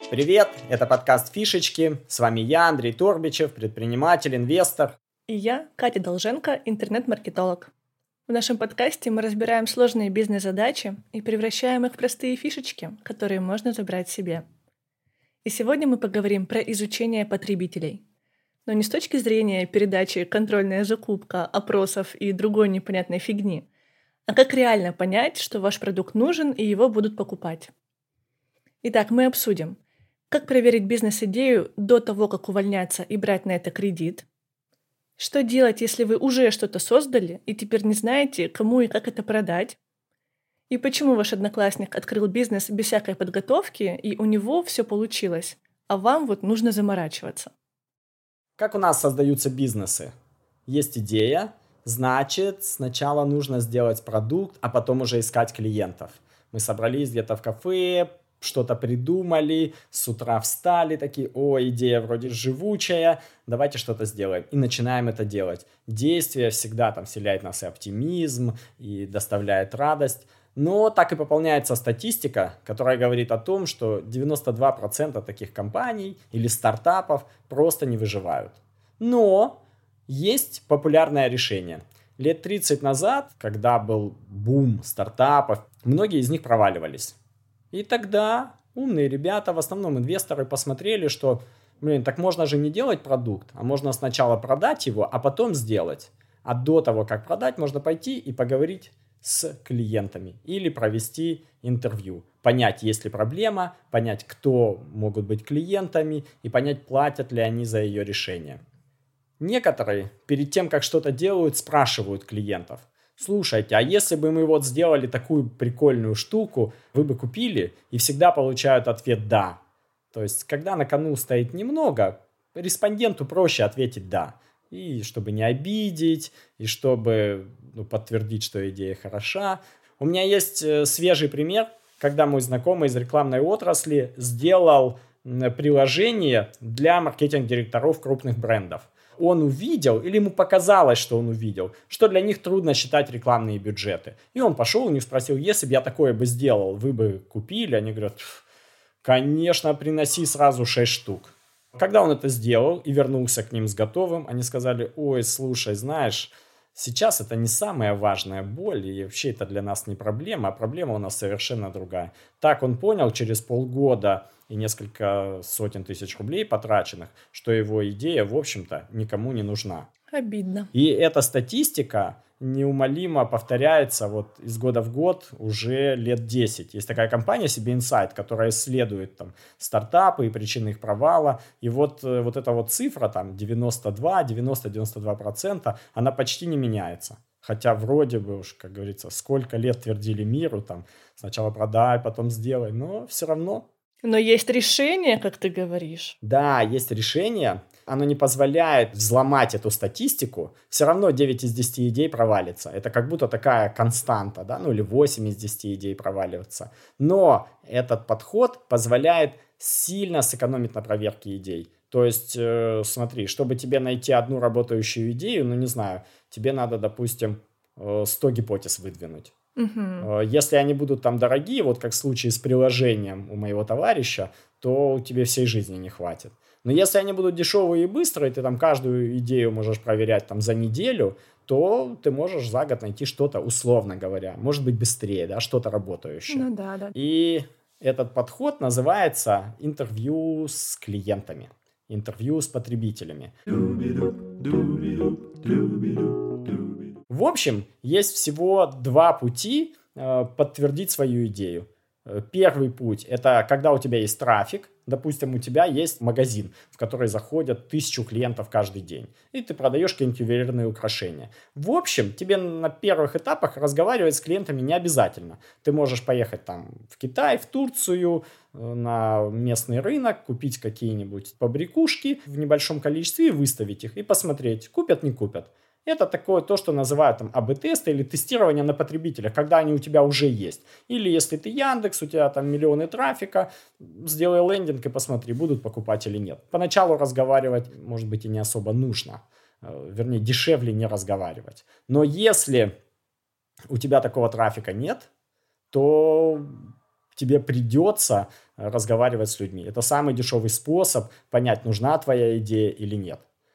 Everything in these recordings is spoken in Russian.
Привет, это подкаст «Фишечки». С вами я, Андрей Торбичев, предприниматель, инвестор. И я, Катя Долженко, интернет-маркетолог. В нашем подкасте мы разбираем сложные бизнес-задачи и превращаем их в простые фишечки, которые можно забрать себе. И сегодня мы поговорим про изучение потребителей. Но не с точки зрения передачи «контрольная закупка», опросов и другой непонятной фигни, а как реально понять, что ваш продукт нужен и его будут покупать. Итак, мы обсудим, как проверить бизнес-идею до того, как увольняться и брать на это кредит. Что делать, если вы уже что-то создали и теперь не знаете, кому и как это продать? И почему ваш одноклассник открыл бизнес без всякой подготовки, и у него все получилось, а вам вот нужно заморачиваться? Как у нас создаются бизнесы? Есть идея, значит, сначала нужно сделать продукт, а потом уже искать клиентов. Мы собрались где-то в кафе, что-то придумали, с утра встали, такие, идея вроде живучая, давайте что-то сделаем. И начинаем это делать. Действие всегда там вселяет в нас и оптимизм, и доставляет радость. Но так и пополняется статистика, которая говорит о том, что 92% таких компаний или стартапов просто не выживают. Но есть популярное решение. Лет 30 назад, когда был бум стартапов, многие из них проваливались. И тогда умные ребята, в основном инвесторы, посмотрели, что, так можно же не делать продукт, а можно сначала продать его, а потом сделать. А до того, как продать, можно пойти и поговорить с клиентами или провести интервью. Понять, есть ли проблема, понять, кто могут быть клиентами и понять, платят ли они за ее решение. Некоторые перед тем, как что-то делают, спрашивают клиентов: слушайте, а если бы мы вот сделали такую прикольную штуку, вы бы купили? И всегда получают ответ «да». То есть, когда на кону стоит немного, респонденту проще ответить «да». И чтобы не обидеть, и чтобы подтвердить, что идея хороша. У меня есть свежий пример, когда мой знакомый из рекламной отрасли сделал приложение для маркетинг-директоров крупных брендов. Он увидел, или ему показалось, что он увидел, что для них трудно считать рекламные бюджеты. И он пошел у них спросил: если бы я такое бы сделал, вы бы купили? Они говорят: конечно, приноси сразу 6 штук. Когда он это сделал и вернулся к ним с готовым, они сказали: ой, слушай, знаешь, сейчас это не самая важная боль, и вообще это для нас не проблема, а проблема у нас совершенно другая. Так он понял через полгода и несколько сотен тысяч рублей потраченных, что его идея, в общем-то, никому не нужна. Обидно. И эта статистика неумолимо повторяется вот из года в год уже лет 10. Есть такая компания CB Insight, которая исследует там стартапы и причины их провала. И вот эта вот цифра, там 90-92%, она почти не меняется. Хотя вроде бы уж, как говорится, сколько лет твердили миру, там сначала продай, потом сделай, но все равно. Но есть решение, как ты говоришь. Да, есть решение. Оно не позволяет взломать эту статистику. Все равно 9 из 10 идей провалится. Это как будто такая константа, да, или 8 из 10 идей проваливаться. Но этот подход позволяет сильно сэкономить на проверке идей. То есть, смотри, чтобы тебе найти одну работающую идею, не знаю, тебе надо, допустим, 100 гипотез выдвинуть. Угу. Если они будут там дорогие, вот как в случае с приложением у моего товарища, то тебе всей жизни не хватит. Но если они будут дешевые и быстрые, ты там каждую идею можешь проверять там за неделю, то ты можешь за год найти что-то, условно говоря, может быть быстрее, да, что-то работающее. Ну да. И этот подход называется интервью с клиентами, интервью с потребителями. В общем, есть всего 2 пути подтвердить свою идею. Первый путь – это когда у тебя есть трафик. Допустим, у тебя есть магазин, в который заходят 1000 клиентов каждый день. И ты продаешь какие-нибудь ювелирные украшения. В общем, тебе на первых этапах разговаривать с клиентами не обязательно. Ты можешь поехать там в Китай, в Турцию, на местный рынок, купить какие-нибудь побрякушки в небольшом количестве и выставить их. И посмотреть, купят, не купят. Это такое то, что называют там АБ-тесты или тестирование на потребителях, когда они у тебя уже есть. Или если ты Яндекс, у тебя там миллионы трафика, сделай лендинг и посмотри, будут покупать или нет. Поначалу разговаривать, может быть, и не особо нужно. Вернее, дешевле не разговаривать. Но если у тебя такого трафика нет, то тебе придется разговаривать с людьми. Это самый дешевый способ понять, нужна твоя идея или нет.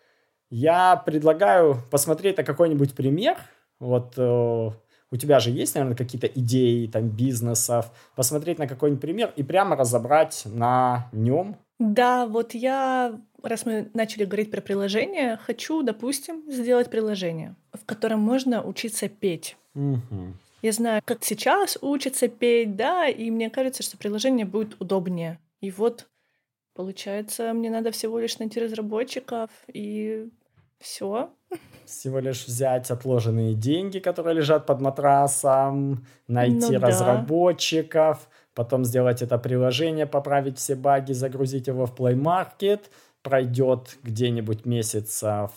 Я предлагаю посмотреть на какой-нибудь пример. Вот у тебя же есть, наверное, какие-то идеи там, бизнесов. Посмотреть на какой-нибудь пример и прямо разобрать на нем. Да, вот раз мы начали говорить про приложение, хочу, допустим, сделать приложение, в котором можно учиться петь. Угу. Я знаю, как сейчас учатся петь, да, и мне кажется, что приложение будет удобнее. И вот, получается, мне надо всего лишь найти разработчиков, и все. Всего лишь взять отложенные деньги, которые лежат под матрасом, найти разработчиков, потом сделать это приложение, поправить все баги, загрузить его в Play Market. Пройдет где-нибудь месяцев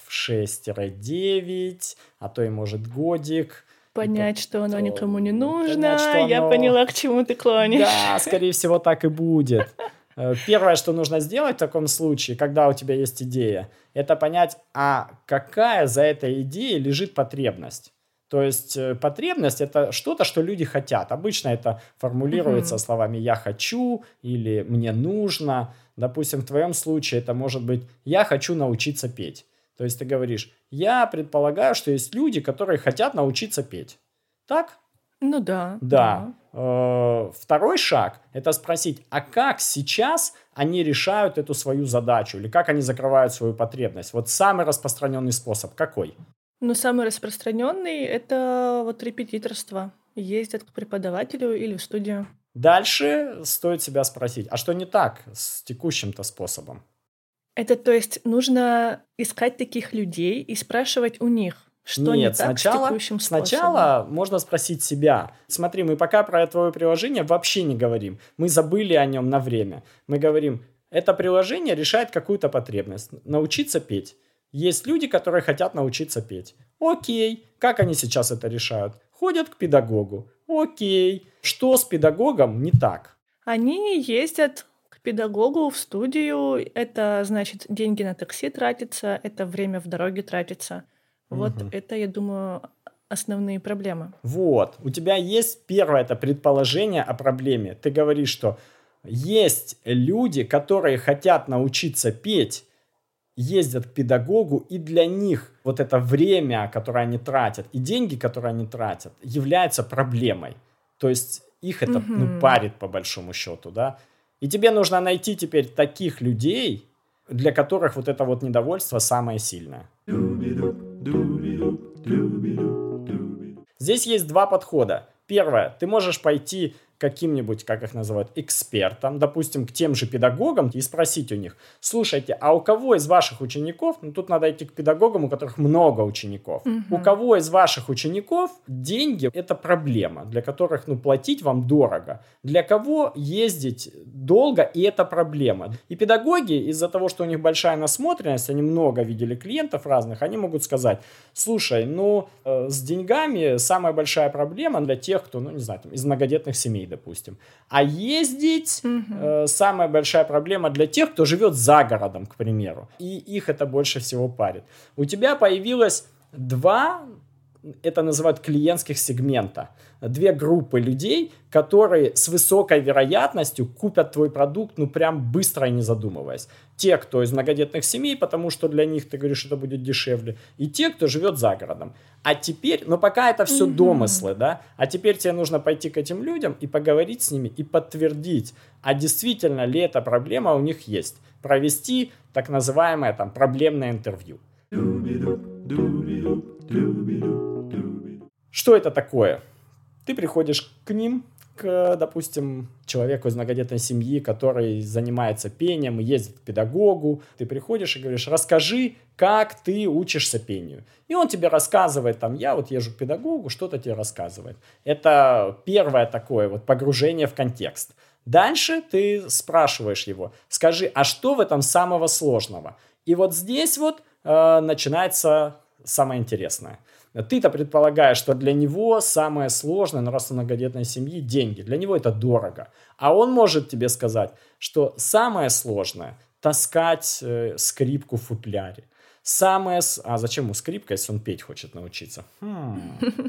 6-9, а то и может годик. Понять, что оно никому не нужно. Я поняла, к чему ты клонишь. Да, скорее всего, так и будет. Первое, что нужно сделать в таком случае, когда у тебя есть идея, это понять, а какая за этой идеей лежит потребность. То есть потребность – это что-то, что люди хотят. Обычно это формулируется словами «я хочу» или «мне нужно». Допустим, в твоем случае это может быть «я хочу научиться петь». То есть ты говоришь «я предполагаю, что есть люди, которые хотят научиться петь». Так? Ну да. Да. Второй шаг – это спросить, а как сейчас они решают эту свою задачу или как они закрывают свою потребность? Вот самый распространенный способ какой? Ну, самый распространенный – это вот репетиторство. Ездят к преподавателю или в студию. Дальше стоит себя спросить, а что не так с текущим-то способом? Это, то есть, нужно искать таких людей и спрашивать у них, что не так с текущим способом. Сначала можно спросить себя. Смотри, мы пока про твое приложение вообще не говорим. Мы забыли о нем на время. Мы говорим, это приложение решает какую-то потребность. Научиться петь. Есть люди, которые хотят научиться петь. Окей. Как они сейчас это решают? Ходят к педагогу. Окей. Что с педагогом не так? Они ездят к педагогу в студию. Это значит, деньги на такси тратятся, это время в дороге тратится. Вот это, я думаю, основные проблемы. Вот. У тебя есть первое это предположение о проблеме. Ты говоришь, что есть люди, которые хотят научиться петь, ездят к педагогу, и для них вот это время, которое они тратят, и деньги, которые они тратят, являются проблемой. То есть их это парит по большому счету, да. И тебе нужно найти теперь таких людей, для которых вот это вот недовольство самое сильное. Здесь есть два подхода. Первое, ты можешь пойти каким-нибудь, как их называют, экспертам, допустим, к тем же педагогам и спросить у них, слушайте, а у кого из ваших учеников, ну тут надо идти к педагогам, у которых много учеников, у кого из ваших учеников деньги – это проблема, для которых, платить вам дорого, для кого ездить долго, и это проблема. И педагоги из-за того, что у них большая насмотренность, они много видели клиентов разных, они могут сказать, слушай, с деньгами самая большая проблема для тех, кто, из многодетных семей, допустим. А ездить самая большая проблема для тех, кто живет за городом, к примеру. И их это больше всего парит. У тебя появилось два, это называют клиентских сегмента. Две группы людей, которые с высокой вероятностью купят твой продукт, прям быстро и не задумываясь. Те, кто из многодетных семей, потому что для них, ты говоришь, это будет дешевле. И те, кто живет за городом. А теперь, пока это все домыслы, да, а теперь тебе нужно пойти к этим людям и поговорить с ними и подтвердить, а действительно ли эта проблема у них есть. Провести так называемое проблемное интервью. Что это такое? Ты приходишь к ним, к, допустим, человеку из многодетной семьи, который занимается пением и ездит к педагогу. Ты приходишь и говоришь, расскажи, как ты учишься пению. И он тебе рассказывает, я езжу к педагогу, что-то тебе рассказывает. Это первое такое погружение в контекст. Дальше ты спрашиваешь его, скажи, а что в этом самого сложного? И вот здесь начинается самое интересное. Ты-то предполагаешь, что для него самое сложное, раз у многодетной семьи, деньги. Для него это дорого. А он может тебе сказать, что самое сложное – таскать скрипку в футляре. А зачем ему скрипка, если он петь хочет научиться?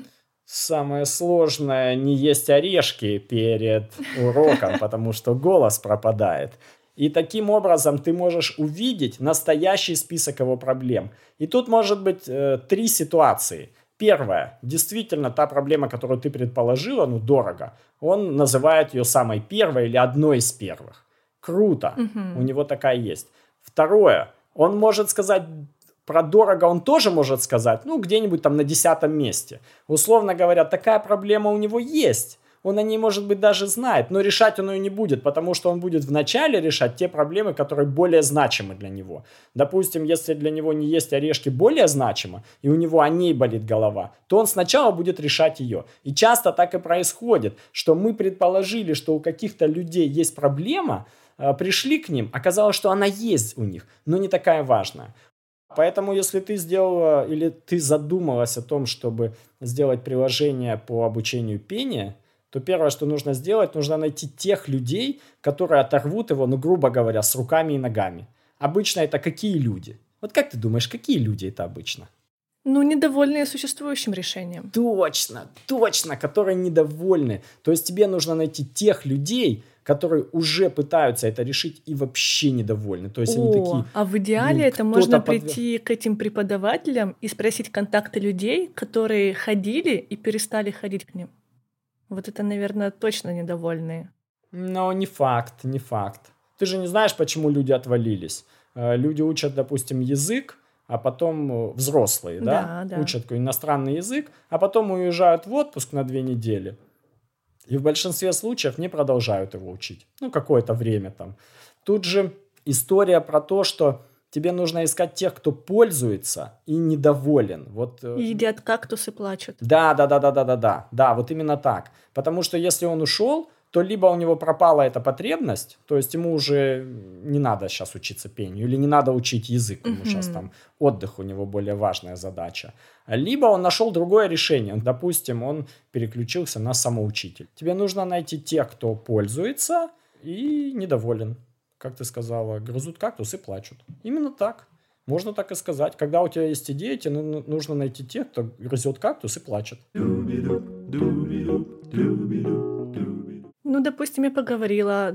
Самое сложное не есть орешки перед уроком, потому что голос пропадает. И таким образом ты можешь увидеть настоящий список его проблем. И тут может быть 3 ситуации. Первая, действительно та проблема, которую ты предположила, дорого. Он называет ее самой первой или одной из первых. Круто, у него такая есть. Второе, он может сказать... Про дорого он тоже может сказать, где-нибудь там на 10-м месте. Условно говоря, такая проблема у него есть. Он о ней, может быть, даже знает, но решать он ее не будет, потому что он будет вначале решать те проблемы, которые более значимы для него. Допустим, если для него не есть орешки более значимо, и у него о ней болит голова, то он сначала будет решать ее. И часто так и происходит, что мы предположили, что у каких-то людей есть проблема, пришли к ним, оказалось, что она есть у них, но не такая важная. Поэтому, если ты сделала или ты задумалась о том, чтобы сделать приложение по обучению пения, то первое, что нужно сделать, нужно найти тех людей, которые оторвут его, грубо говоря, с руками и ногами. Обычно это какие люди? Вот как ты думаешь, какие люди это обычно? Недовольные существующим решением. Точно, которые недовольны. То есть тебе нужно найти тех людей, которые уже пытаются это решить и вообще недовольны. То есть они такие... А в идеале это можно прийти к этим преподавателям и спросить контакты людей, которые ходили и перестали ходить к ним. Вот это, наверное, точно недовольные. Но не факт. Ты же не знаешь, почему люди отвалились. Люди учат, допустим, язык, а потом взрослые, да? Учат какой-то иностранный язык, а потом уезжают в отпуск на 2 недели. И в большинстве случаев не продолжают его учить. Какое-то время там. Тут же история про то, что тебе нужно искать тех, кто пользуется и недоволен. Едят кактус и плачут. Да, вот именно так. Потому что если он ушел, то либо у него пропала эта потребность, то есть ему уже не надо сейчас учиться пению, или не надо учить язык, ему сейчас там отдых у него более важная задача. Либо он нашел другое решение, допустим, он переключился на самоучитель. Тебе нужно найти тех, кто пользуется и недоволен. Как ты сказала, грызут кактус и плачут. Именно так. Можно так и сказать. Когда у тебя есть идея, тебе нужно найти тех, кто грызет кактус и плачет. Допустим, я поговорила,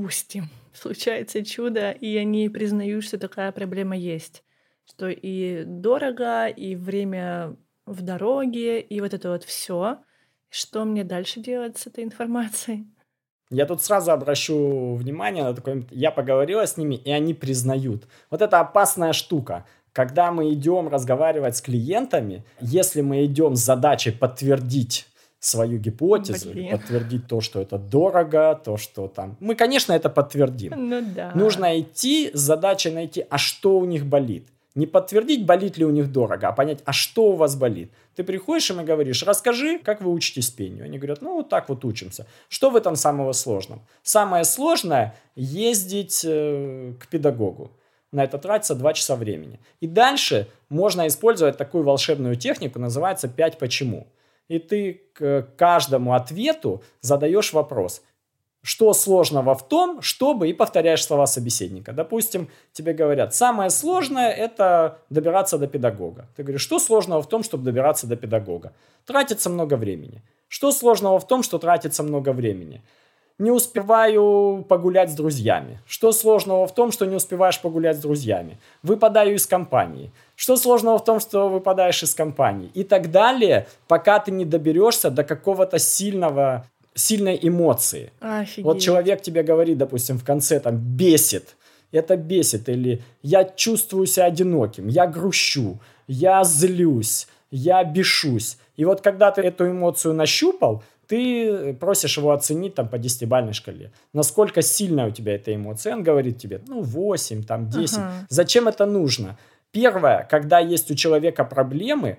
случается чудо, и они признают, что такая проблема есть. Что и дорого, и время в дороге, и вот это вот все. Что мне дальше делать с этой информацией? Я тут сразу обращу внимание на такой... Я поговорила с ними, и они признают. Вот это опасная штука. Когда мы идем разговаривать с клиентами, если мы идем с задачей подтвердить свою гипотезу, подтвердить то, что это дорого, то, что там... Мы, конечно, это подтвердим. Да. Нужно идти с задачей найти, а что у них болит. Не подтвердить, болит ли у них дорого, а понять, а что у вас болит. Ты приходишь им и говоришь, расскажи, как вы учитесь пению. Они говорят, вот так вот учимся. Что в этом самого сложного? Самое сложное – ездить к педагогу. На это тратится 2 часа времени. И дальше можно использовать такую волшебную технику, называется 5 «почему». И ты к каждому ответу задаешь вопрос. Что сложного в том, чтобы... И повторяешь слова собеседника. Допустим, тебе говорят, самое сложное – это добираться до педагога. Ты говоришь, что сложного в том, чтобы добираться до педагога? Тратится много времени. Что сложного в том, что тратится много времени? Не успеваю погулять с друзьями. Что сложного в том, что не успеваешь погулять с друзьями? Выпадаю из компании. Что сложного в том, что выпадаешь из компании? И так далее, пока ты не доберешься до какого-то сильной эмоции. Офигеть. Вот человек тебе говорит, допустим, в конце там бесит. Это бесит. Или я чувствую себя одиноким, я грущу, я злюсь, я бешусь. И вот когда ты эту эмоцию нащупал, ты просишь его оценить там по 10-бальной шкале. Насколько сильная у тебя эта эмоция. Он говорит тебе, 8, там 10. Ага. Зачем это нужно? Первое, когда есть у человека проблемы,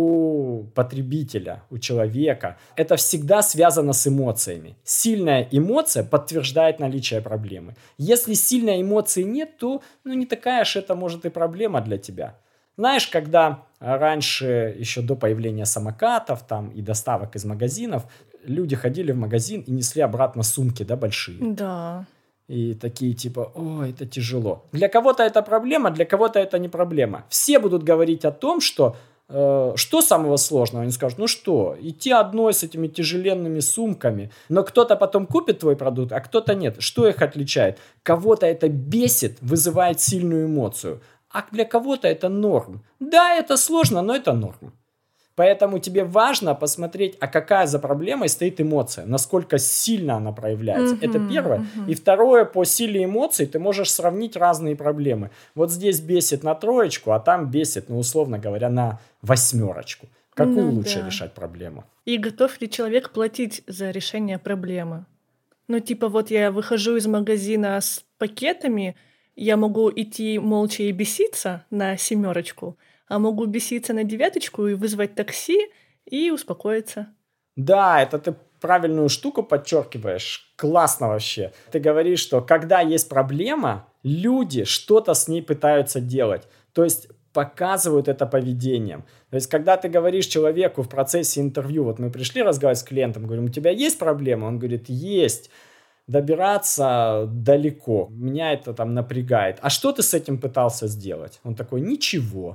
у потребителя, у человека, это всегда связано с эмоциями. Сильная эмоция подтверждает наличие проблемы. Если сильной эмоции нет, то не такая же это может и проблема для тебя. Знаешь, когда раньше, еще до появления самокатов там, и доставок из магазинов, люди ходили в магазин и несли обратно сумки, да, большие. Да. И такие типа, это тяжело. Для кого-то это проблема, для кого-то это не проблема. Все будут говорить о том, что что самого сложного? Они скажут, ну что, идти одной с этими тяжеленными сумками, но кто-то потом купит твой продукт, а кто-то нет. Что их отличает? Кого-то это бесит, вызывает сильную эмоцию, а для кого-то это норм. Да, это сложно, но это норм. Поэтому тебе важно посмотреть, а какая за проблемой стоит эмоция, насколько сильно она проявляется. Это первое. И второе, по силе эмоций ты можешь сравнить разные проблемы. Вот здесь бесит на 3, а там бесит, ну, условно говоря, на 8. Какую лучше решать проблему? И готов ли человек платить за решение проблемы? Ну, типа, вот я выхожу из магазина с пакетами, я могу идти молча и беситься на 7, а могу беситься на 9 и вызвать такси и успокоиться. Да, это ты правильную штуку подчеркиваешь. Классно вообще. Ты говоришь, что когда есть проблема, люди что-то с ней пытаются делать. То есть показывают это поведением. То есть, когда ты говоришь человеку в процессе интервью, вот мы пришли разговаривать с клиентом, говорим, у тебя есть проблема? Он говорит, есть. Добираться далеко. Меня это там напрягает. А что ты с этим пытался сделать? Он такой, ничего.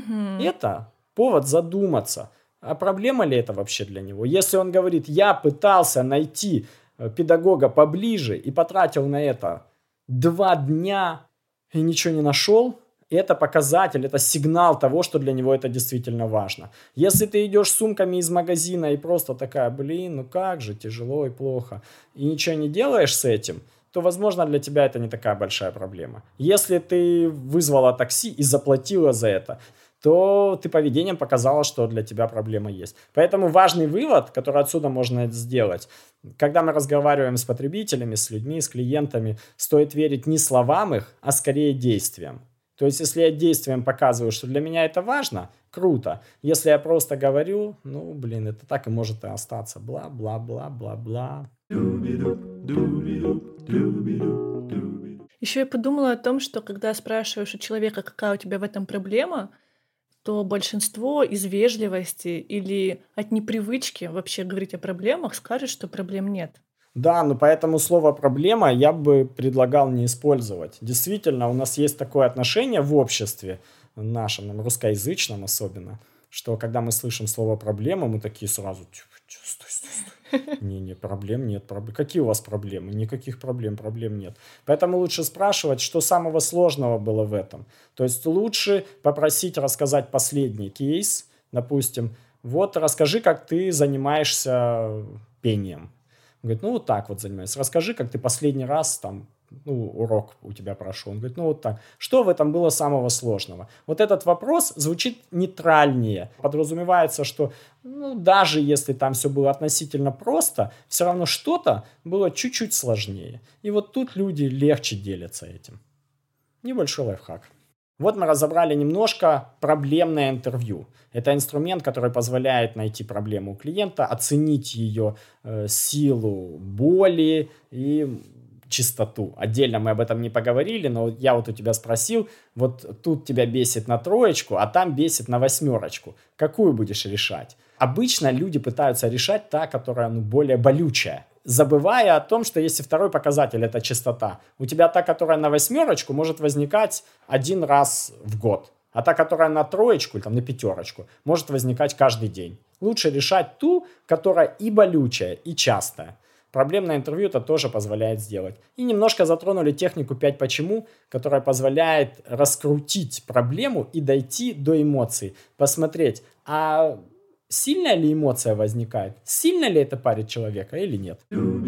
Это повод задуматься. А проблема ли это вообще для него? Если он говорит, я пытался найти педагога поближе и потратил на это 2 дня и ничего не нашел, это показатель, это сигнал того, что для него это действительно важно. Если ты идешь с сумками из магазина и просто такая, блин, ну как же, тяжело и плохо, и ничего не делаешь с этим, то, возможно, для тебя это не такая большая проблема. Если ты вызвала такси и заплатила за это, то ты поведением показала, что для тебя проблема есть. Поэтому важный вывод, который отсюда можно сделать, когда мы разговариваем с потребителями, с людьми, с клиентами, стоит верить не словам их, а скорее действиям. То есть, если я действием показываю, что для меня это важно, круто. Если я просто говорю, ну, блин, это так и может и остаться. Бла-бла-бла-бла-бла. Еще я подумала о том, что когда спрашиваешь у человека, какая у тебя в этом проблема, то большинство из вежливости или от непривычки вообще говорить о проблемах скажет, что проблем нет. Да, но поэтому слово «проблема» я бы предлагал не использовать. Действительно, у нас есть такое отношение в обществе, нашем, русскоязычном особенно, что когда мы слышим слово «проблема», мы такие сразу стой. Не, проблем нет. Какие у вас проблемы? Никаких проблем нет. Поэтому лучше спрашивать, что самого сложного было в этом. То есть лучше попросить рассказать последний кейс, допустим, вот расскажи, как ты занимаешься пением. Он говорит, ну вот так вот занимаюсь. Расскажи, как ты последний раз там, ну, урок у тебя прошел. Он говорит, ну вот так. Что в этом было самого сложного? Вот этот вопрос звучит нейтральнее. Подразумевается, что ну, даже если там все было относительно просто, все равно что-то было чуть-чуть сложнее. И вот тут люди легче делятся этим. Небольшой лайфхак. Вот мы разобрали немножко проблемное интервью. Это инструмент, который позволяет найти проблему у клиента, оценить ее силу боли и чистоту. Отдельно мы об этом не поговорили, но я вот у тебя спросил, вот тут тебя бесит на 3, а там бесит на 8. Какую будешь решать? Обычно люди пытаются решать та, которая более болючая, забывая о том, что если второй показатель – это частота, у тебя та, которая на 8, может возникать 1 раз в год, а та, которая на 3 или там, на 5, может возникать каждый день. Лучше решать ту, которая и болючая, и частая. Проблемное интервью это тоже позволяет сделать. И немножко затронули технику 5 почему, которая позволяет раскрутить проблему и дойти до эмоций. Посмотреть, а сильная ли эмоция возникает? Сильно ли это парит человека или нет?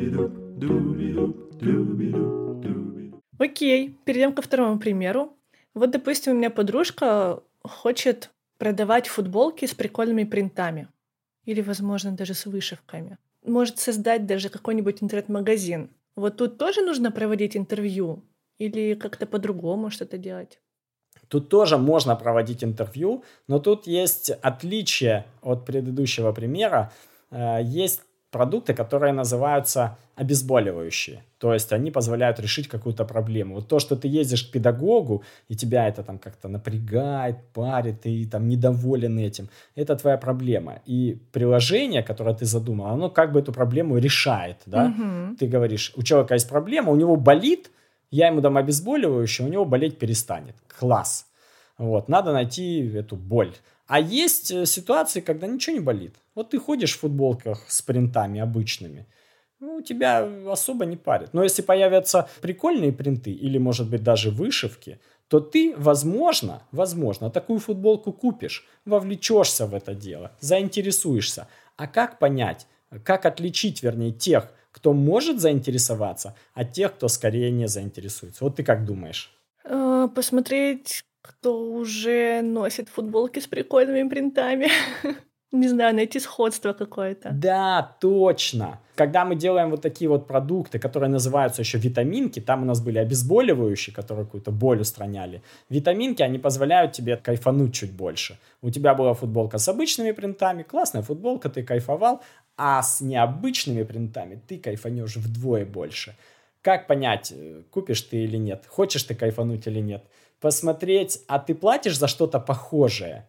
Окей, перейдем ко второму примеру. Вот, допустим, у меня подружка хочет продавать футболки с прикольными принтами. Или, возможно, даже с вышивками. Может создать даже какой-нибудь интернет-магазин. Вот тут тоже нужно проводить интервью? Или как-то по-другому что-то делать? Тут тоже можно проводить интервью, но тут есть отличие от предыдущего примера. Есть продукты, которые называются обезболивающие. То есть они позволяют решить какую-то проблему. Вот то, что ты ездишь к педагогу, и тебя это там как-то напрягает, парит, ты там недоволен этим, это твоя проблема. И приложение, которое ты задумал, оно как бы эту проблему решает. Да? Ты говоришь, у человека есть проблема, у него болит, я ему дам обезболивающее, у него болеть перестанет. Класс. Вот, надо найти эту боль. А есть ситуации, когда ничего не болит. Вот ты ходишь в футболках с принтами обычными, ну, тебя особо не парит. Но если появятся прикольные принты или, может быть, даже вышивки, то ты, возможно, такую футболку купишь, вовлечешься в это дело, заинтересуешься. А как понять, как отличить, вернее, тех, кто может заинтересоваться, от тех, кто скорее не заинтересуется? Вот ты как думаешь? Посмотреть, кто уже носит футболки с прикольными принтами. Не знаю, найти сходство какое-то. Да, точно. Когда мы делаем вот такие вот продукты, которые называются еще витаминки, там у нас были обезболивающие, которые какую-то боль устраняли. Витаминки, они позволяют тебе кайфануть чуть больше. У тебя была футболка с обычными принтами, классная футболка, ты кайфовал, а с необычными принтами ты кайфанешь вдвое больше. Как понять, купишь ты или нет, хочешь ты кайфануть или нет? Посмотреть, а ты платишь за что-то похожее?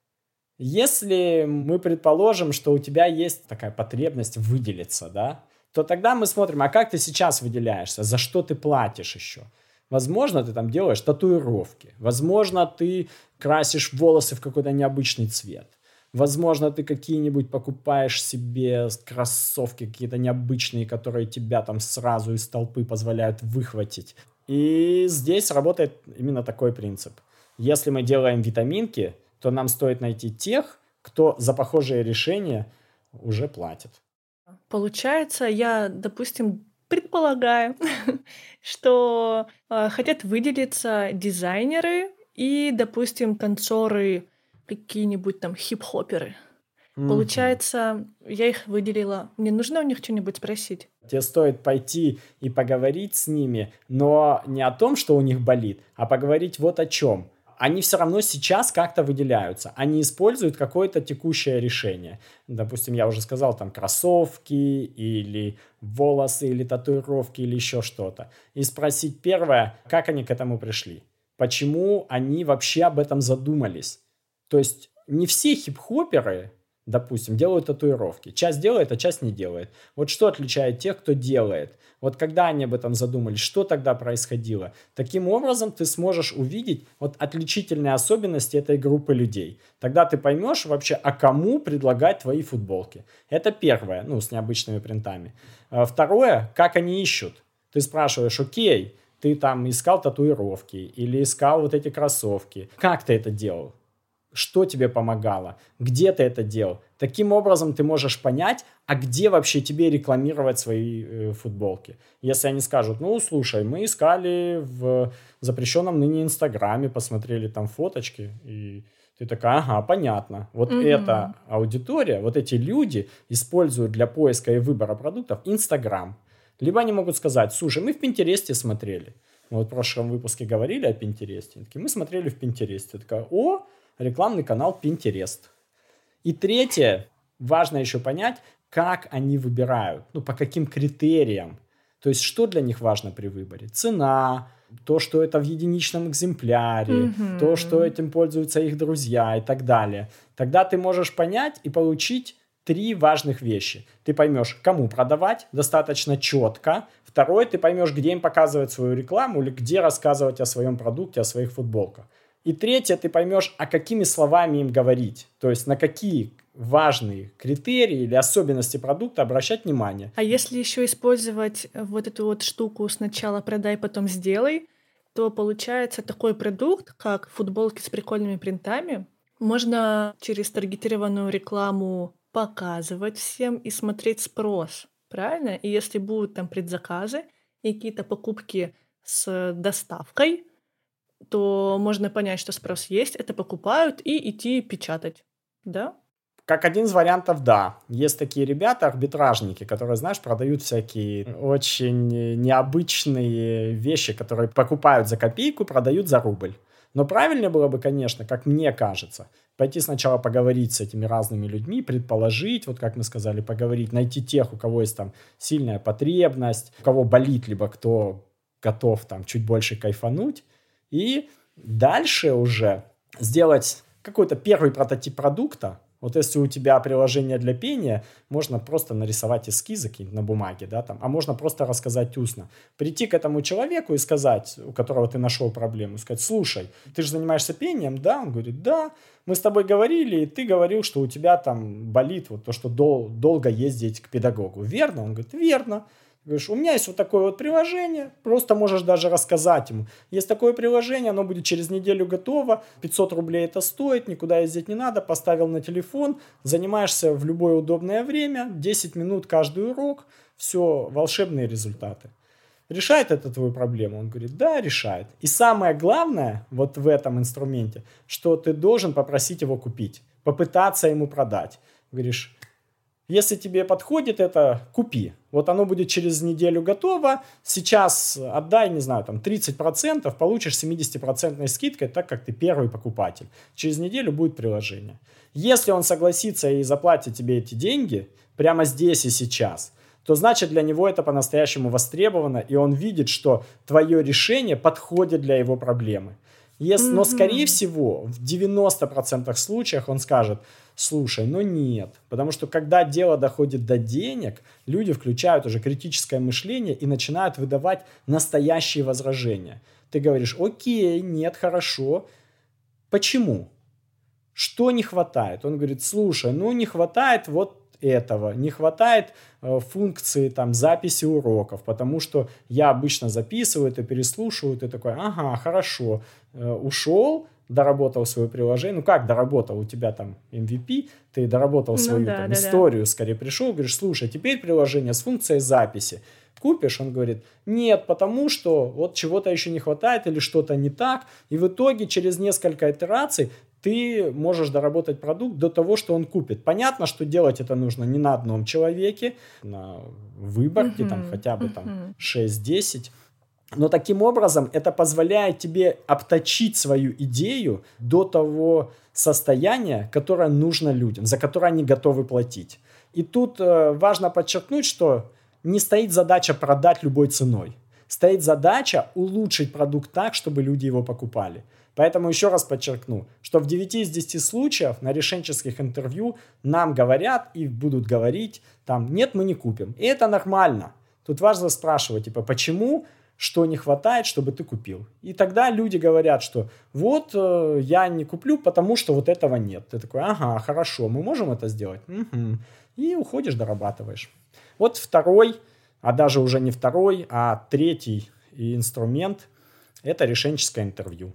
Если мы предположим, что у тебя есть такая потребность выделиться, да, то тогда мы смотрим, а как ты сейчас выделяешься, за что ты платишь еще. Возможно, ты там делаешь татуировки, возможно, ты красишь волосы в какой-то необычный цвет, возможно, ты какие-нибудь покупаешь себе кроссовки какие-то необычные, которые тебя там сразу из толпы позволяют выхватить. И здесь работает именно такой принцип. Если мы делаем витаминки, то нам стоит найти тех, кто за похожие решения уже платит. Получается, я, допустим, предполагаю, что хотят выделиться дизайнеры и, допустим, танцоры, какие-нибудь там хип-хоперы. Мгм. Получается, я их выделила. Мне нужно у них что-нибудь спросить? Тебе стоит пойти и поговорить с ними, но не о том, что у них болит, а поговорить вот о чем. Они все равно сейчас как-то выделяются. Они используют какое-то текущее решение. Допустим, я уже сказал, там кроссовки или волосы, или татуировки, или еще что-то. И спросить первое, как они к этому пришли. Почему они вообще об этом задумались. То есть не все хип-хоперы, допустим, делают татуировки. Часть делает, а часть не делает. Вот что отличает тех, кто делает? Вот когда они об этом задумались, что тогда происходило? Таким образом ты сможешь увидеть вот отличительные особенности этой группы людей. Тогда ты поймешь вообще, а кому предлагать твои футболки. Это первое, ну, с необычными принтами. Второе, как они ищут. Ты спрашиваешь, окей, ты там искал татуировки или искал вот эти кроссовки. Как ты это делал? Что тебе помогало, где ты это делал. Таким образом ты можешь понять, а где вообще тебе рекламировать свои футболки. Если они скажут, ну, слушай, мы искали в запрещенном ныне Инстаграме, посмотрели там фоточки, и ты такая, ага, понятно. Вот эта Мгм. аудитория, вот эти люди используют для поиска и выбора продуктов Инстаграм. Либо они могут сказать, слушай, мы в Пинтересте смотрели. Мы вот в прошлом выпуске говорили о Пинтересте. Мы смотрели в Пинтересте. Такая, о, рекламный канал Pinterest. И третье, важно еще понять, как они выбирают, ну, по каким критериям. То есть, что для них важно при выборе? Цена, то, что это в единичном экземпляре, то, что Мгм. этим пользуются их друзья и так далее. Тогда ты можешь понять и получить три важных вещи. Ты поймешь, кому продавать достаточно четко. Второе, ты поймешь, где им показывать свою рекламу или где рассказывать о своем продукте, о своих футболках. И третье, ты поймешь, а какими словами им говорить. То есть на какие важные критерии или особенности продукта обращать внимание. А если еще использовать вот эту вот штуку «сначала продай, потом сделай», то получается такой продукт, как футболки с прикольными принтами, можно через таргетированную рекламу показывать всем и смотреть спрос, правильно? И если будут там предзаказы и какие-то покупки с доставкой, то можно понять, что спрос есть, это покупают и идти печатать, да? Как один из вариантов, да. Есть такие ребята, арбитражники, которые, знаешь, продают всякие очень необычные вещи, которые покупают за копейку, продают за рубль. Но правильнее было бы, конечно, как мне кажется, пойти сначала поговорить с этими разными людьми, предположить, вот как мы сказали, поговорить, найти тех, у кого есть там сильная потребность, у кого болит, либо кто готов там чуть больше кайфануть. И дальше уже сделать какой-то первый прототип продукта. Вот если у тебя приложение для пения, можно просто нарисовать эскизы какие-нибудь на бумаге, да, там, а можно просто рассказать устно. Прийти к этому человеку и сказать, у которого ты нашел проблему, сказать: слушай, ты же занимаешься пением, да? Он говорит: да. Мы с тобой говорили, и ты говорил, что у тебя там болит вот то, что долго ездить к педагогу. Верно? Он говорит: верно. Говоришь: у меня есть вот такое вот приложение, просто можешь даже рассказать ему. Есть такое приложение, оно будет через неделю готово, 500 рублей это стоит, никуда ездить не надо, поставил на телефон, занимаешься в любое удобное время, 10 минут каждый урок, все, волшебные результаты. Решает это твою проблему? Он говорит: да, решает. И самое главное вот в этом инструменте, что ты должен попросить его купить, попытаться ему продать. Говоришь: если тебе подходит это, купи. Вот оно будет через неделю готово. Сейчас отдай, не знаю, там 30%, получишь 70% скидкой, так как ты первый покупатель. Через неделю будет приложение. Если он согласится и заплатит тебе эти деньги прямо здесь и сейчас, то значит для него это по-настоящему востребовано, и он видит, что твое решение подходит для его проблемы. Но, скорее всего, в 90% случаях он скажет: слушай, ну нет. Потому что, когда дело доходит до денег, люди включают уже критическое мышление и начинают выдавать настоящие возражения. Ты говоришь: окей, нет, хорошо. Почему? Что не хватает? Он говорит: слушай, ну не хватает вот этого, не хватает функции там записи уроков, потому что я обычно записываю это, переслушиваю, ты такой: ага, хорошо, ушел, доработал свое приложение. Ну как доработал? У тебя там MVP, ты доработал свою историю, скорее пришел, говоришь: слушай, теперь приложение с функцией записи. Купишь? Он говорит: нет, потому что вот чего-то еще не хватает или что-то не так. И в итоге через несколько итераций ты можешь доработать продукт до того, что он купит. Понятно, что делать это нужно не на одном человеке, на выборке, там хотя бы там 6-10. Но таким образом это позволяет тебе обточить свою идею до того состояния, которое нужно людям, за которое они готовы платить. И тут важно подчеркнуть, что не стоит задача продать любой ценой. Стоит задача улучшить продукт так, чтобы люди его покупали. Поэтому еще раз подчеркну, что в 9 из 10 случаев на решенческих интервью нам говорят и будут говорить там: нет, мы не купим. И это нормально. Тут важно спрашивать, типа, почему, что не хватает, чтобы ты купил. И тогда люди говорят, что вот я не куплю, потому что вот этого нет. Ты такой: ага, хорошо, мы можем это сделать? Угу. И уходишь, дорабатываешь. Вот второй, а даже уже не второй, а третий инструмент – это решенческое интервью.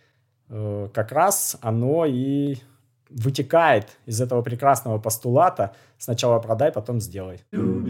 Как раз оно и вытекает из этого прекрасного постулата: сначала продай, потом сделай.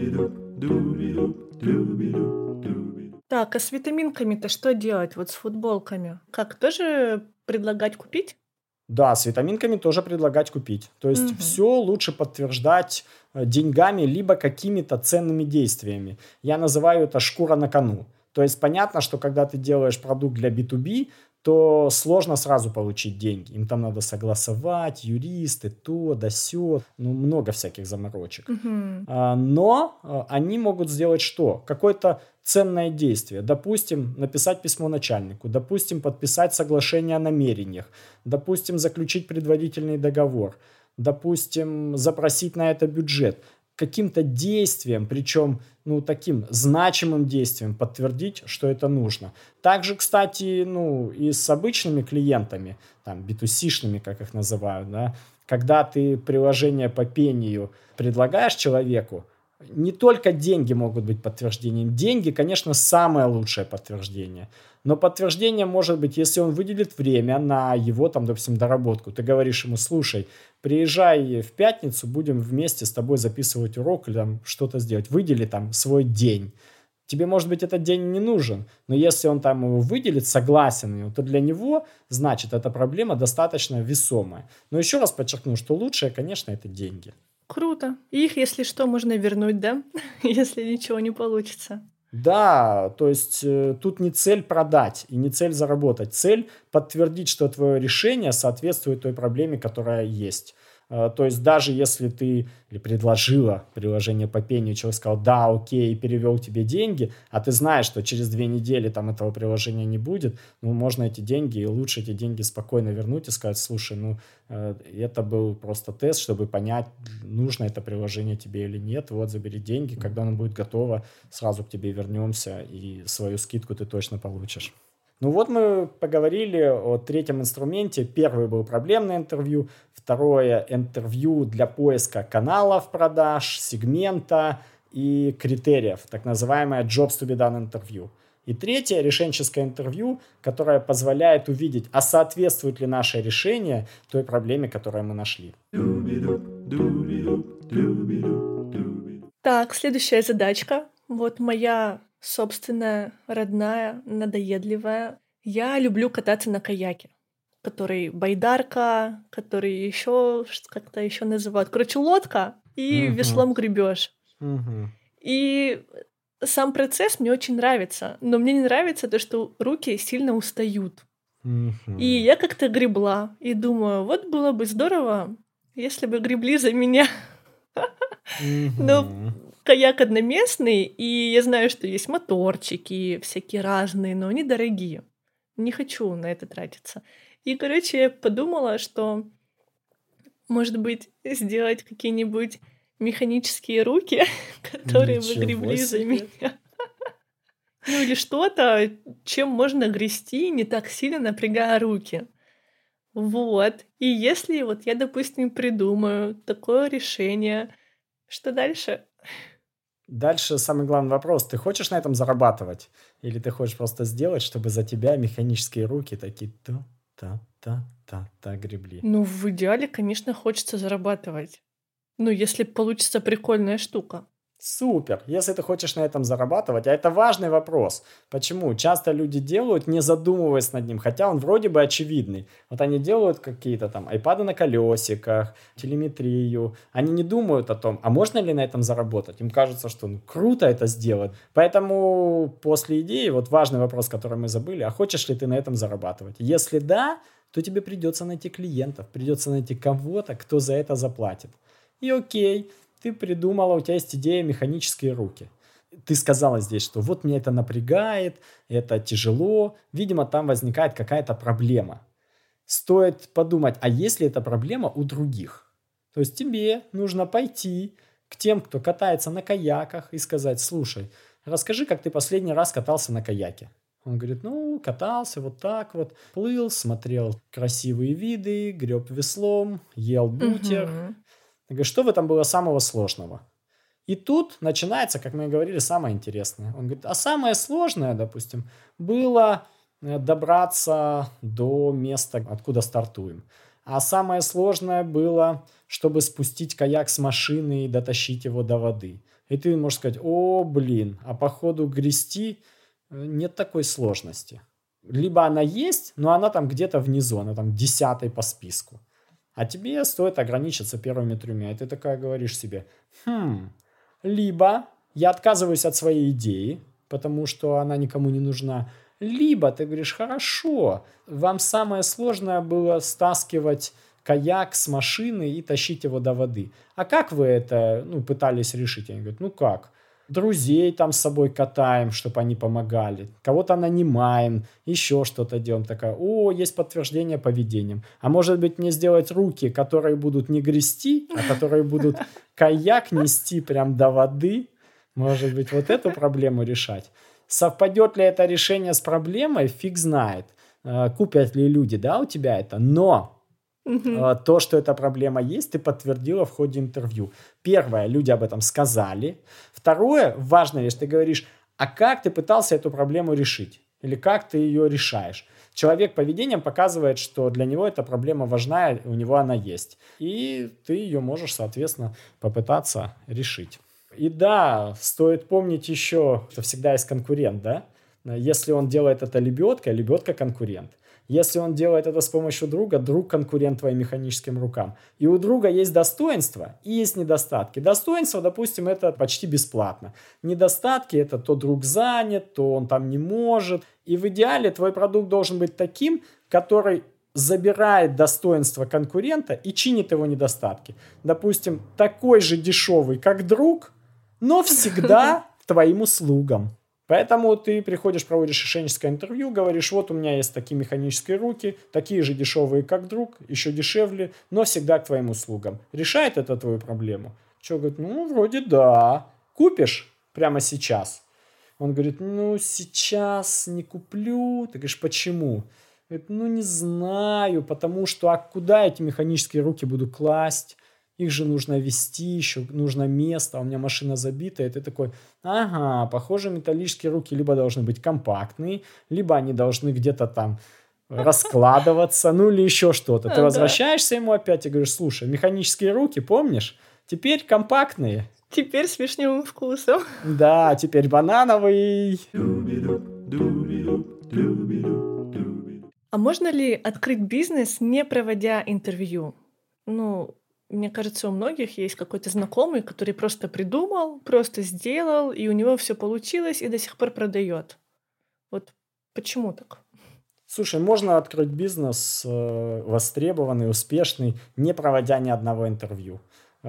Так, а с витаминками-то что делать? Вот с футболками? Как, тоже предлагать купить? Да, с витаминками тоже предлагать купить. То есть все лучше подтверждать деньгами либо какими-то ценными действиями. Я называю это шкура на кону. То есть понятно, что когда ты делаешь продукт для B2B, то сложно сразу получить деньги. Им там надо согласовать, юристы, то, да сё, ну много всяких заморочек. Но они могут сделать что? Какое-то ценное действие. Допустим, написать письмо начальнику, допустим, подписать соглашение о намерениях, допустим, заключить предварительный договор, допустим, запросить на это бюджет. Каким-то действием, причем таким значимым действием подтвердить, что это нужно. Также, кстати, и с обычными клиентами, там, B2C-шными, как их называют, да, когда ты приложение по пению предлагаешь человеку, не только деньги могут быть подтверждением. Деньги, конечно, самое лучшее подтверждение. Но подтверждение может быть, если он выделит время на его, там, допустим, доработку. Ты говоришь ему: слушай, приезжай в пятницу, будем вместе с тобой записывать урок или там что-то сделать. Выдели там свой день. Тебе, может быть, этот день не нужен, но если он там его выделит, согласен, то для него, значит, эта проблема достаточно весомая. Но еще раз подчеркну, что лучшее, конечно, это деньги. Круто. И их, если что, можно вернуть, да? Если ничего не получится. Да, то есть тут не цель продать и не цель заработать. Цель подтвердить, что твое решение соответствует той проблеме, которая есть. То есть даже если ты или предложила приложение по пению, человек сказал, да, окей, и перевел тебе деньги, а ты знаешь, что через 2 недели там этого приложения не будет, ну, можно эти деньги, и лучше эти деньги спокойно вернуть и сказать, слушай, ну, это был просто тест, чтобы понять, нужно это приложение тебе или нет, вот, забери деньги, когда оно будет готово, сразу к тебе вернемся, и свою скидку ты точно получишь. Ну вот мы поговорили о третьем инструменте. Первый был проблемное интервью, второе интервью для поиска каналов продаж, сегмента и критериев, так называемое jobs to be done интервью. И третье решенческое интервью, которое позволяет увидеть, а соответствует ли наше решение той проблеме, которую мы нашли. Так, следующая задачка. Вот моя собственная, родная, надоедливая. Я люблю кататься на каяке, который байдарка, который еще как-то еще называют. Короче, лодка и веслом гребешь. И сам процесс мне очень нравится, но мне не нравится то, что руки сильно устают. И я как-то гребла и думаю, вот было бы здорово, если бы гребли за меня. Но каяк одноместный, и я знаю, что есть моторчики всякие разные, но они дорогие. Не хочу на это тратиться. И, короче, я подумала, что, может быть, сделать какие-нибудь механические руки, которые бы гребли за меня. Ну или что-то, чем можно грести, не так сильно напрягая руки. Вот. И если вот я, допустим, придумаю такое решение, что дальше? Дальше самый главный вопрос. Ты хочешь на этом зарабатывать? Или ты хочешь просто сделать, чтобы за тебя механические руки такие та-та-та-та-та гребли? Ну, в идеале, конечно, хочется зарабатывать. Ну, если получится прикольная штука. Супер! Если ты хочешь на этом зарабатывать, а это важный вопрос. Почему? Часто люди делают, не задумываясь над ним, хотя он вроде бы очевидный. Вот они делают какие-то там айпады на колесиках, телеметрию. Они не думают о том, а можно ли на этом заработать. Им кажется, что ну, круто это сделать. Поэтому после идеи, вот важный вопрос, который мы забыли, а хочешь ли ты на этом зарабатывать? Если да, то тебе придется найти клиентов, придется найти кого-то, кто за это заплатит. И окей, ты придумала, у тебя есть идея механические руки. Ты сказала здесь, что вот меня это напрягает, это тяжело. Видимо, там возникает какая-то проблема. Стоит подумать, а есть ли эта проблема у других? То есть тебе нужно пойти к тем, кто катается на каяках, и сказать, слушай, расскажи, как ты последний раз катался на каяке. Он говорит, ну, катался вот так вот, плыл, смотрел красивые виды, греб веслом, ел бутер. Я говорю, что в этом было самого сложного? И тут начинается, как мы и говорили, самое интересное. Он говорит, а самое сложное, допустим, было добраться до места, откуда стартуем. А самое сложное было, чтобы спустить каяк с машины и дотащить его до воды. И ты можешь сказать, о, блин, а по ходу грести нет такой сложности. Либо она есть, но она там где-то внизу, она там 10-й по списку. А тебе стоит ограничиться первыми 3. И ты такая говоришь себе, либо я отказываюсь от своей идеи, потому что она никому не нужна, либо ты говоришь, хорошо, вам самое сложное было стаскивать каяк с машины и тащить его до воды. А как вы это пытались решить? Они говорят, ну как? Друзей там с собой катаем, чтобы они помогали. Кого-то нанимаем, еще что-то делаем. Такая, о, есть подтверждение поведением. А может быть мне сделать руки, которые будут не грести, а которые будут каяк нести прям до воды? Может быть вот эту проблему решать? Совпадет ли это решение с проблемой? Фиг знает. Купят ли люди, да, у тебя это? Но то, что эта проблема есть, ты подтвердила в ходе интервью. Первое, люди об этом сказали. Второе, важная вещь, ты говоришь, а как ты пытался эту проблему решить? Или как ты ее решаешь? Человек поведением показывает, что для него эта проблема важна, у него она есть. И ты ее можешь, соответственно, попытаться решить. И да, стоит помнить еще, что всегда есть конкурент, да? Если он делает это лебедкой, лебедка конкурент. Если он делает это с помощью друга, друг конкурент твоим механическим рукам. И у друга есть достоинства и есть недостатки. Достоинства, допустим, это почти бесплатно. Недостатки это то друг занят, то он там не может. И в идеале твой продукт должен быть таким, который забирает достоинство конкурента и чинит его недостатки. Допустим, такой же дешевый, как друг, но всегда твоим услугам. Поэтому ты приходишь, проводишь решенческое интервью, говоришь, вот у меня есть такие механические руки, такие же дешевые, как друг, еще дешевле, но всегда к твоим услугам. Решает это твою проблему? Человек говорит, ну, вроде да. Купишь прямо сейчас? Он говорит, ну, сейчас не куплю. Ты говоришь, почему? Говорит, ну, не знаю, потому что, а куда эти механические руки буду класть? Их же нужно везти, еще нужно место, а у меня машина забита. И ты такой, ага, похоже, металлические руки либо должны быть компактные, либо они должны где-то там раскладываться, ну или еще что-то. Ты возвращаешься ему опять и говоришь, слушай, механические руки, помнишь? Теперь компактные. Теперь с вишневым вкусом. Да, теперь банановый. А можно ли открыть бизнес, не проводя интервью? Ну, мне кажется, у многих есть какой-то знакомый, который просто придумал, просто сделал, и у него все получилось, и до сих пор продает. Вот почему так? Слушай, можно открыть бизнес востребованный, успешный, не проводя ни одного интервью.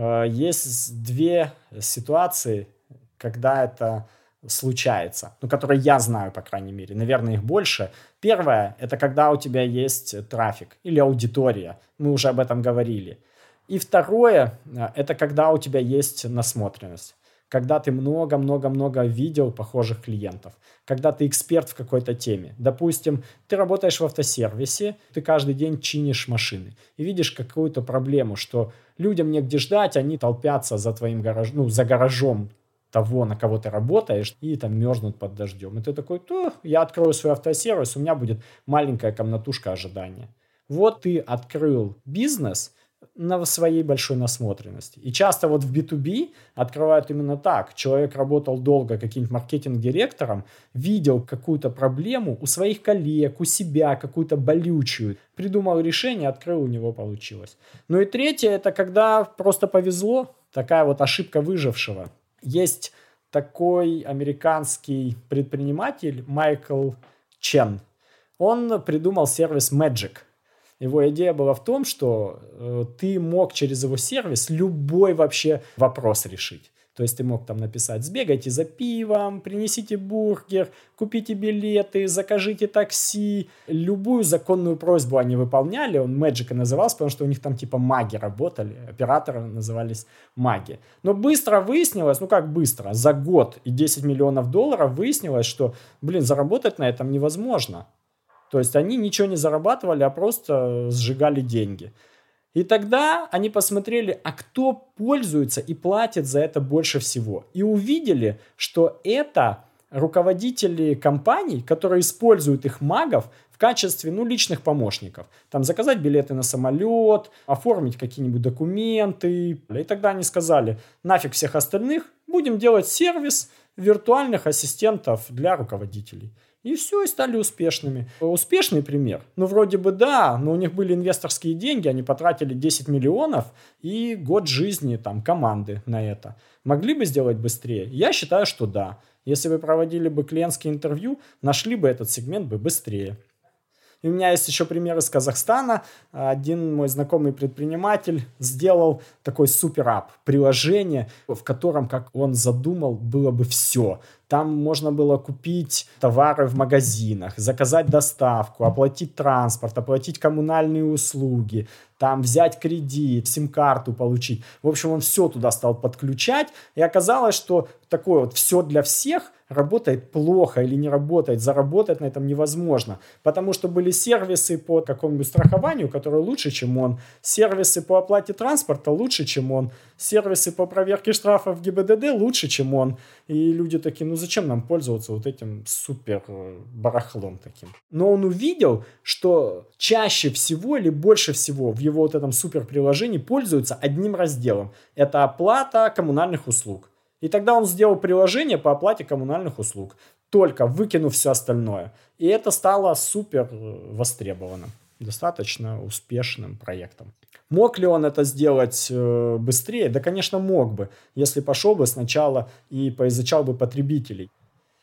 Есть две ситуации, когда это случается, ну, которые я знаю, по крайней мере, наверное, их больше. Первое, это когда у тебя есть трафик или аудитория, мы уже об этом говорили. И второе, это когда у тебя есть насмотренность, когда ты много-много-много видел похожих клиентов, когда ты эксперт в какой-то теме. Допустим, ты работаешь в автосервисе, ты каждый день чинишь машины и видишь какую-то проблему, что людям негде ждать, они толпятся за твоим гаражом, ну, за гаражом того, на кого ты работаешь, и там мерзнут под дождем. И ты такой, я открою свой автосервис, у меня будет маленькая комнатушка ожидания. Вот ты открыл бизнес на своей большой насмотренности. И часто вот в B2B открывают именно так. Человек работал долго каким-нибудь маркетинг-директором, видел какую-то проблему у своих коллег, у себя, какую-то болючую, придумал решение, открыл, у него получилось. Ну и третье, это когда просто повезло, такая вот ошибка выжившего. Есть такой американский предприниматель Майкл Чен. Он придумал сервис Magic. Его идея была в том, что ты мог через его сервис любой вообще вопрос решить. То есть ты мог там написать, сбегайте за пивом, принесите бургер, купите билеты, закажите такси. Любую законную просьбу они выполняли. Он Magic назывался, потому что у них там типа маги работали, операторы назывались маги. Но быстро выяснилось, ну как быстро, за год и 10 миллионов долларов выяснилось, что, заработать на этом невозможно. То есть они ничего не зарабатывали, а просто сжигали деньги. И тогда они посмотрели, а кто пользуется и платит за это больше всего. И увидели, что это руководители компаний, которые используют их магов в качестве личных помощников. Там заказать билеты на самолет, оформить какие-нибудь документы. И тогда они сказали, нафиг всех остальных, будем делать сервис виртуальных ассистентов для руководителей. И все, и стали успешными. Успешный пример? Вроде бы да, но у них были инвесторские деньги, они потратили 10 миллионов и год жизни команды на это. Могли бы сделать быстрее? Я считаю, что да. Если бы проводили бы клиентские интервью, нашли бы этот сегмент бы быстрее. И у меня есть еще пример из Казахстана. Один мой знакомый предприниматель сделал такой супер-ап, приложение, в котором, как он задумал, было бы все. Там можно было купить товары в магазинах, заказать доставку, оплатить транспорт, оплатить коммунальные услуги, там взять кредит, сим-карту получить. В общем, он все туда стал подключать. И оказалось, что такое вот все для всех работает плохо или не работает, заработать на этом невозможно. Потому что были сервисы по какому-нибудь страхованию, которые лучше, чем он. Сервисы по оплате транспорта лучше, чем он. Сервисы по проверке штрафов в ГИБДД лучше, чем он. И люди такие, зачем нам пользоваться вот этим супер барахлом таким? Но он увидел, что чаще всего или больше всего в его вот этом супер приложении пользуются одним разделом. Это оплата коммунальных услуг. И тогда он сделал приложение по оплате коммунальных услуг, только выкинув все остальное. И это стало супер востребованным, достаточно успешным проектом. Мог ли он это сделать быстрее? Да, конечно, мог бы, если пошел бы сначала и поизучал бы потребителей.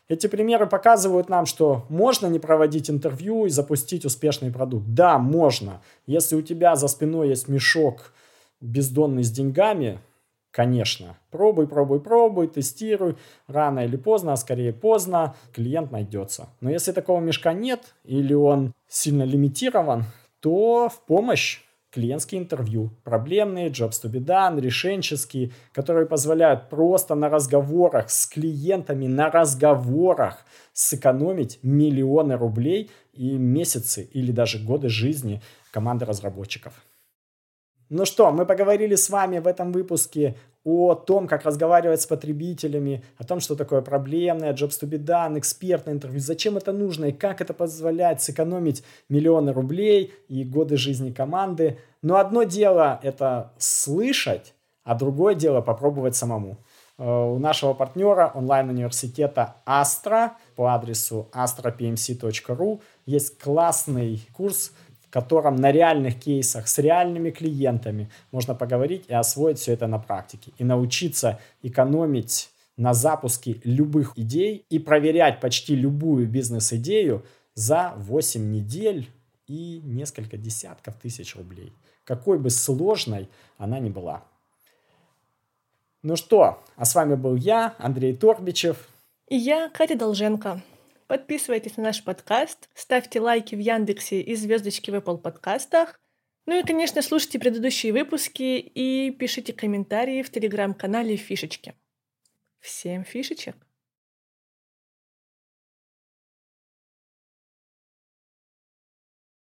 Эти примеры показывают нам, что можно не проводить интервью и запустить успешный продукт. Да, можно. Если у тебя за спиной есть мешок бездонный с деньгами, конечно, пробуй, тестируй. Рано или поздно, а скорее поздно, клиент найдется. Но если такого мешка нет или он сильно лимитирован, то в помощь клиентские интервью, проблемные, jobs to be done, решенческие, которые позволяют просто на разговорах с клиентами, на разговорах сэкономить миллионы рублей и месяцы или даже годы жизни команды разработчиков. Ну что, мы поговорили с вами в этом выпуске о том, как разговаривать с потребителями, о том, что такое проблемное, jobs to be done, экспертное интервью, зачем это нужно и как это позволяет сэкономить миллионы рублей и годы жизни команды. Но одно дело это слышать, а другое дело попробовать самому. У нашего партнера онлайн-университета Astra по адресу astropmc.ru есть классный курс, в котором на реальных кейсах с реальными клиентами можно поговорить и освоить все это на практике. И научиться экономить на запуске любых идей и проверять почти любую бизнес-идею за 8 недель и несколько десятков тысяч рублей. Какой бы сложной она ни была. Ну что, а с вами был я, Андрей Торбичев. И я, Катя Долженко. Подписывайтесь на наш подкаст, ставьте лайки в Яндексе и звездочки в Apple подкастах. Ну и, конечно, слушайте предыдущие выпуски и пишите комментарии в телеграм-канале Фишечки. Всем фишечек!